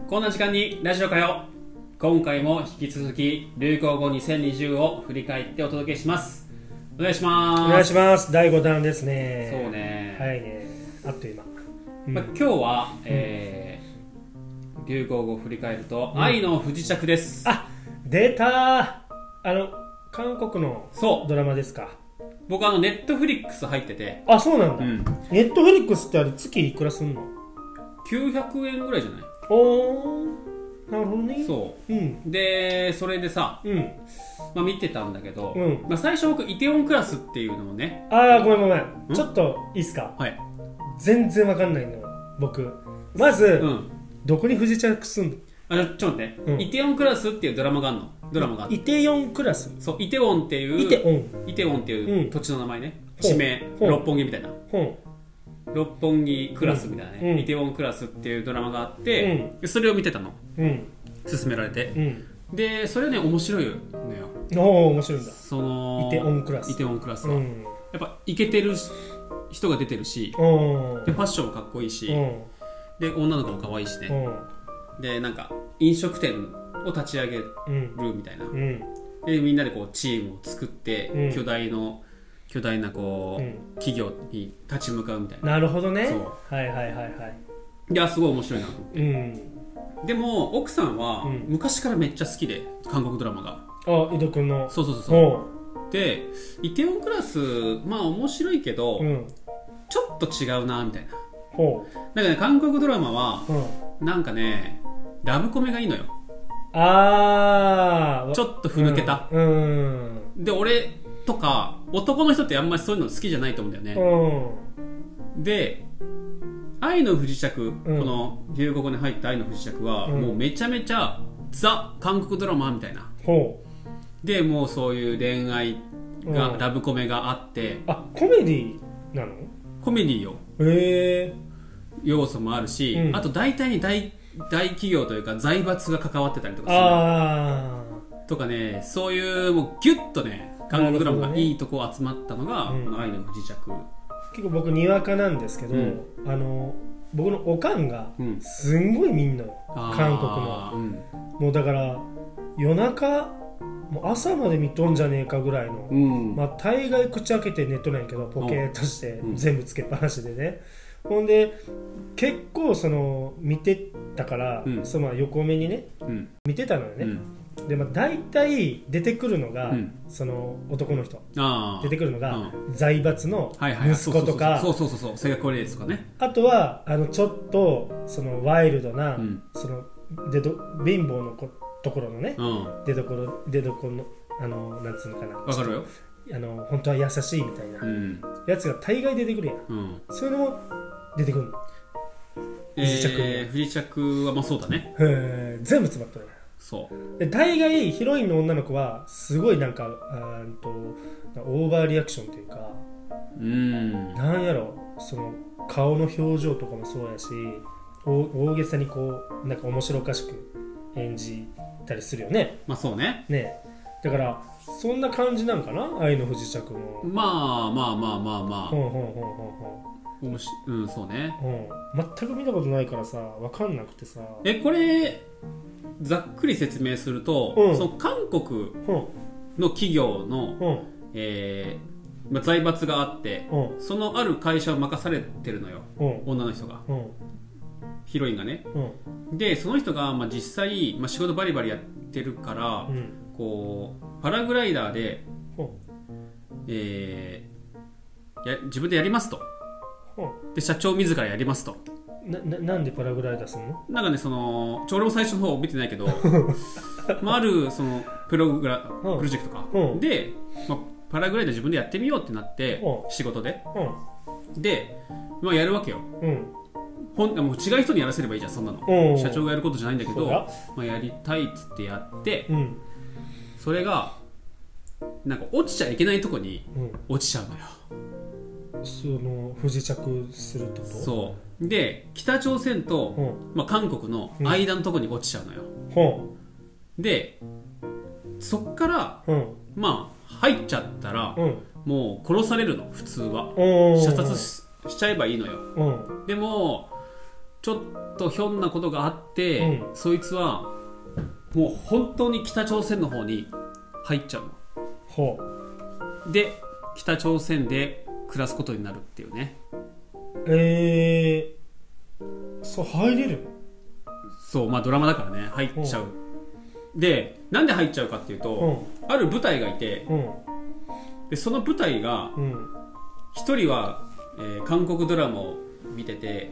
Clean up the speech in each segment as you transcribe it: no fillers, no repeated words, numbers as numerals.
こんな時間にラジオかよ。今回も引き続き流行語2020を振り返ってお届けします。お願いします。 お願いします。第5弾ですね。 そうね。 早いね。あっという間。 今日は、流行語を振り返ると、愛の不時着です。 あ、出たー。韓国のドラマですか。 僕ネットフリックス入ってて。 あ、そうなんだ。ネットフリックスって月いくらすんの ？900円ぐらいじゃない？ おー、なるほどね。 そう、でそれでさ、見てたんだけど、最初僕イテウォンクラスっていうのをね。 ごめんちょっといいっすか。はい。全然わかんないの僕。まず、どこに不時着すんの？ ちょっと待って、イテウォンクラスっていうドラマがあるの。 イテウォンクラス。 そう、イテウォンっていうイテウォンっていう土地の名前ね。地名、六本木みたいな。六本木クラスみたいなね、イテウォンクラスっていうドラマがあって、それを見てたの、勧められて、でそれね面白いのよ。 面白いんだ。 そのイテウォンクラスは、やっぱイケてる人が出てるし、でファッションもかっこいいし、で女の子も可愛いしね、でなんか飲食店を立ち上げるみたいな、でみんなでこうチームを作って、巨大なこう、企業に立ち向かうみたいな。 なるほどね。 そうはいいやすごい面白いなと思って、でも奥さんは昔からめっちゃ好きで、韓国ドラマが。 井戸くんの。 そうでイテウォンクラス面白いけど、ちょっと違うなみたいな。なんかね、韓国ドラマは、なんかねラブコメがいいのよ。ちょっとふぬけた、で俺とか男の人ってあんまりそういうの好きじゃないと思うんだよね。で愛の不時着、この流行語に入った愛の不時着は、もうめちゃめちゃザ韓国ドラマみたいな。でもうそういう恋愛が、ラブコメがあって。 コメディなの？ コメディよ。要素もあるし、あと大体に大企業というか財閥が関わってたりとかするとかね、そういうもうギュッとね韓国ドラマがいいとこ集まったのが、この愛の不時着。 結構僕にわかなんですけど、僕のおかんがすんごい見んのよ、韓国の。もうだから夜中もう朝まで見とんじゃねえかぐらいの、大概口開けて寝とないけどポケーっとして全部つけっぱなしでね。ほんで結構見てたから、その横目にね、見てたのよね。で大体出てくるのが、その男の人出てくるのが、財閥の息子とか、 性格悪いやつとかね。あとはちょっとワイルドな、その貧乏のところのね、出どころのなんつうのかな、 わかるよ。 本当は優しいみたいなやつが大概出てくるやん。そういうのも出てくるの。 不時着はそうだね。 全部詰まったね。そうで大概ヒロインの女の子はすごいなんかオーバーリアクションというか、なんやろ、その顔の表情とかもそうやし、大げさにこうなんか面白おかしく演じたりするよね。 そうね。 だからそんな感じなんかな、愛の不時着も。 そうね。 全く見たことないからさ、分かんなくてさ。 これざっくり説明すると、その韓国の企業の、財閥があって、そのある会社を任されてるのよ、女の人が、ヒロインがね。でその人が、実際、仕事バリバリやってるから、こうパラグライダーで、自分でやりますと。で社長自らやりますと。 なんでパラグライダーするの？ なんかね、俺も最初の方見てないけどあるそのプロジェクトか、で、パラグライダー自分でやってみようってなって、仕事で、で、やるわけよ。もう違う人にやらせればいいじゃん、そんなの。社長がやることじゃないんだけど、やりたいっつってやって、それがなんか落ちちゃいけないとこに落ちちゃうのよ。 その不時着するってこと？ そうで、北朝鮮と、韓国の間のとこに落ちちゃうのよ。でそっから、入っちゃったら、もう殺されるの、普通は。射殺しちゃえばいいのよ。でもちょっとひょんなことがあって、そいつはもう本当に北朝鮮の方に入っちゃうの。 ほうで北朝鮮で暮らすことになるっていうね。 そう入れる？ そうまあドラマだからね入っちゃう。でなんで入っちゃうかっていうと、ある部隊がいて、でその部隊が一人は、韓国ドラマを見てて、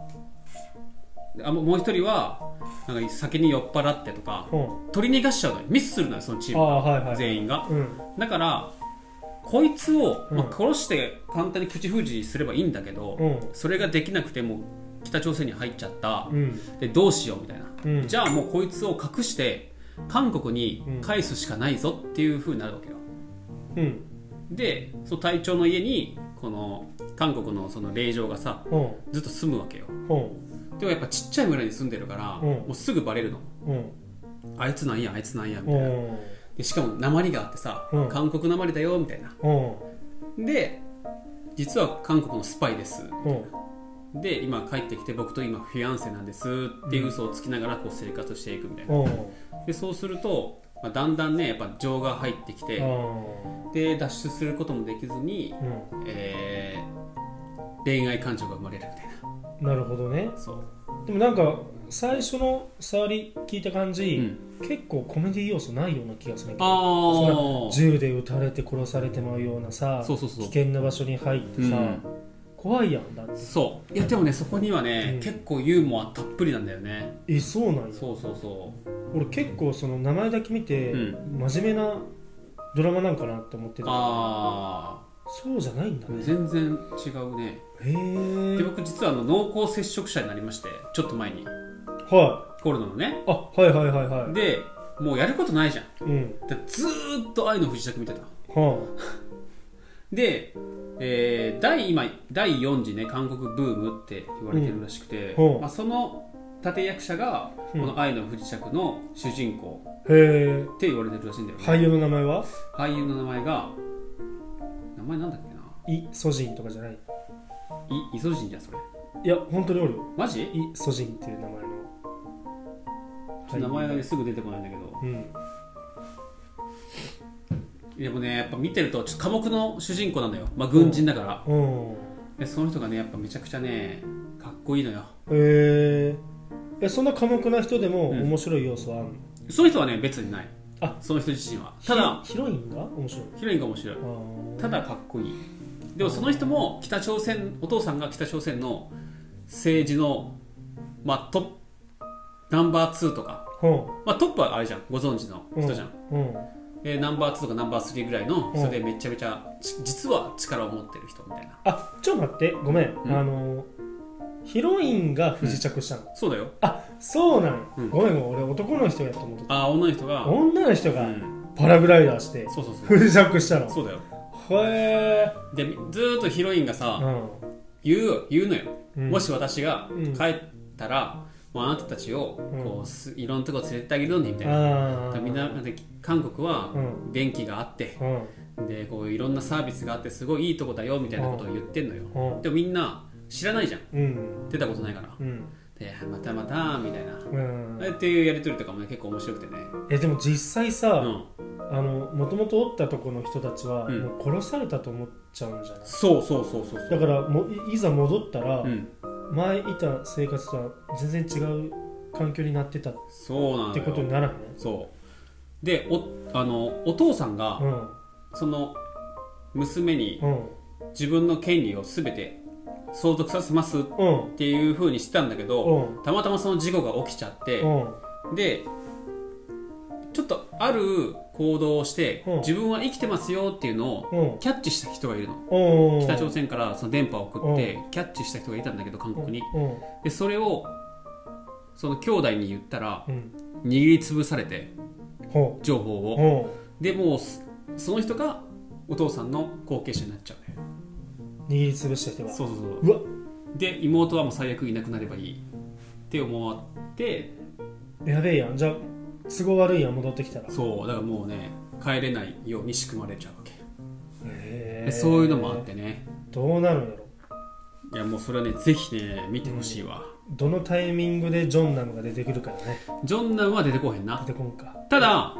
もう一人はなんか酒に酔っ払ってとか、取り逃がしちゃうのよ。ミスするのよそのチームが、全員が、だからこいつを、殺して簡単に口封じすればいいんだけど、それができなくても北朝鮮に入っちゃった、でどうしようみたいな、じゃあもうこいつを隠して韓国に返すしかないぞっていう風になるわけよ。でその隊長の家にこの韓国のその令嬢がさ、ずっと住むわけよ。でもやっぱちっちゃい村に住んでるから、もうすぐバレるの、あいつなんやあいつなんやみたいな。でしかも訛りがあってさ、韓国訛りだよみたいな。で実は韓国のスパイです、で今帰ってきて僕と今フィアンセなんですっていう嘘をつきながらこう生活していくみたいな。でそうすると、だんだんねやっぱ情が入ってきて、で脱出することもできずに、恋愛感情が生まれるみたいな。 なるほどね。 そうでもなんか最初の触り聞いた感じ、結構コメディ要素ないような気がするけど、銃で撃たれて殺されてまうようなさ、危険な場所に入ってさ、怖いやんだって。 そういやでもねそこにはね、結構ユーモアたっぷりなんだよね。 そうなんや。俺結構その名前だけ見て、真面目なドラマなんかなって思ってたけど、そうじゃないんだね。 全然違うね。で僕実は濃厚接触者になりまして、ちょっと前に、コロナのね。でもうやることないじゃん、でずーっと愛の不時着見てた、で、第4次ね韓国ブームって言われてるらしくて、その立役者がこの愛の不時着の主人公って言われてるらしいんだよね。 俳優の名前は？ 俳優の名前が名前なんだっけな、 イ・ソジンとかじゃない？ イソジンじゃんそれ。いや本当におるよ。 マジ？ イ・ソジンっていう名前の。 名前がすぐ出てこないんだけど、でもねやっぱ見てるとちょっと寡黙の主人公なんだよ、軍人だから、でその人がねやっぱめちゃくちゃねかっこいいのよ。 そんな寡黙な人でも面白い要素はあるの？ そういう人はね別にない。その人自身はただヒロインが面白い。 ヒロインが面白い。ただかっこいい。でもその人も北朝鮮、お父さんが北朝鮮の政治のトップナンバー2とか、トップはあれじゃん、ご存知の人じゃん、ナンバー2とかナンバー3ぐらいの人でめちゃめちゃ実は力を持ってる人みたいな。 ちょっと待ってごめん、ヒロインが不時着したの？ そうだよ。 そうなの、ごめん俺男の人やと思ってた。 女の人がパラグライダーして不時着したの？ そうだよ。 でずーっとヒロインがさ、言うのよ、もし私が帰ったら、もうあなたたちをこう、いろんなとこ連れてってあげるのにみたいな。みんな韓国は電気があって、でこういろんなサービスがあってすごいいいとこだよみたいなことを言ってんのよ、でもみんな知らないじゃん、出たことないから、でまたまたみたいな、っていうやり取りとかも、ね、結構面白くてね。 でも実際さ、もともとおったとこの人たちは、もう殺されたと思っちゃうんじゃない？ そうだからいざ戻ったら、前いた生活とは全然違う環境になってたってことにならへん？ そうでお父さんが、その娘に自分の権利を全て相続させますっていう風にしてたんだけど、たまたまその事故が起きちゃって、でちょっとある行動をして、自分は生きてますよっていうのをキャッチした人がいるの。北朝鮮からその電波を送ってキャッチした人がいたんだけど、韓国に。でそれをその兄弟に言ったら、握りつぶされて、情報を。でもうその人がお父さんの後継者になっちゃうね。 握りつぶした人が。 そううわで妹はもう最悪いなくなればいいって思って、 やべえやん。じゃあ都合悪いやん、戻ってきたら。 そうだからもうね帰れないように仕組まれちゃうわけ。そういうのもあってね。 どうなるんやろ。 いやもうそれはねぜひね見てほしいわ、 どのタイミングでジョンナムが出てくるからね。 ジョンナムは出てこへんな。 出てこんか。 ただ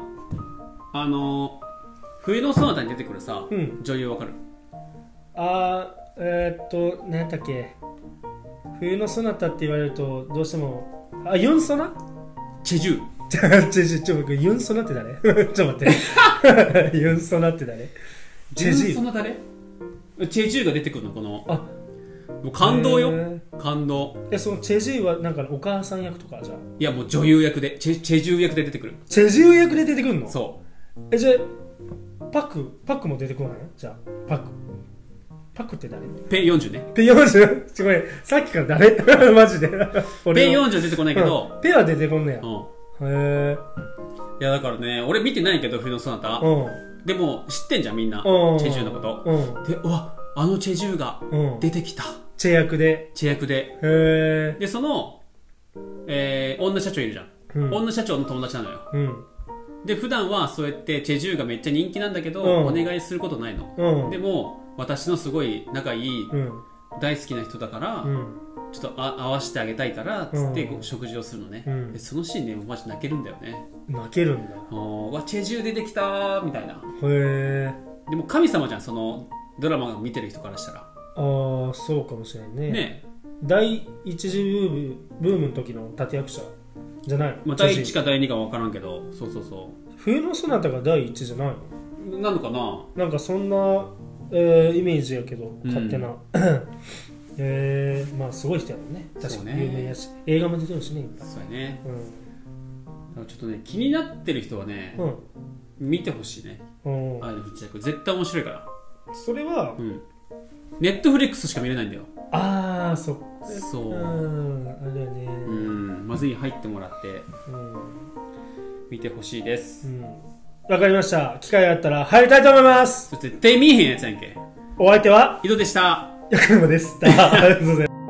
冬のソナタに出てくるさ、女優わかる？ 何やったっけ、冬のソナタって言われるとどうしてもユンソナ？ チェジュユンソナって誰？ちょっと待ってユンソナって誰？ チェジュユンソナ誰？チェジュが出てくるのこの。もう感動よ、感動。 そのチェジュはなんかお母さん役とかじゃん。 いやもう女優役でチェジュ役で出てくる。 チェジュ役で出てくるの？ そう。 じゃあパックも出てこないの？じゃあパックって誰？ ペ40ね。 ペ40？すごいさっきから誰？マジでペ 40出てこないけど、 ペは出てこんねや。へえ。 いやだからね俺見てないけど冬のソナタ、でも知ってんじゃんみんなチェジュのこと、でうわあのチェジュが出てきた、 チェ役で。 へえ。でその、女社長いるじゃん、女社長の友達なのよ、で普段はそうやってチェジュがめっちゃ人気なんだけど、お願いすることないの、でも私のすごい仲いい、大好きな人だから、ちょっと会わせてあげたいからつって食事をするのね、でそのシーンねマジ泣けるんだよね。 泣けるんだ。 わチェジュ出てきたみたいな。 へえ。 でも神様じゃんそのドラマを見てる人からしたら。 そうかもしれんね。第一次ブームの時の立役者じゃないの？ 第1か第2か分からんけど、そう冬のソナタが第1じゃないの？なのかな。 なんかそんな、イメージやけど勝手な、まあすごい人やもんね。確かに有名やし、映画も出てるしね。 そうやね、ちょっとね気になってる人はね、見てほしいね。愛の不時着絶対面白いから。 それは、 ネットフリックスしか見れないんだよ。 そうあれね。 まずい入ってもらって、見てほしいです。 わかりました。機会があったら入りたいと思います。 絶対見えへんやつやんけ。 お相手は井戸でした。 ヤクモでした。ありがとうございます。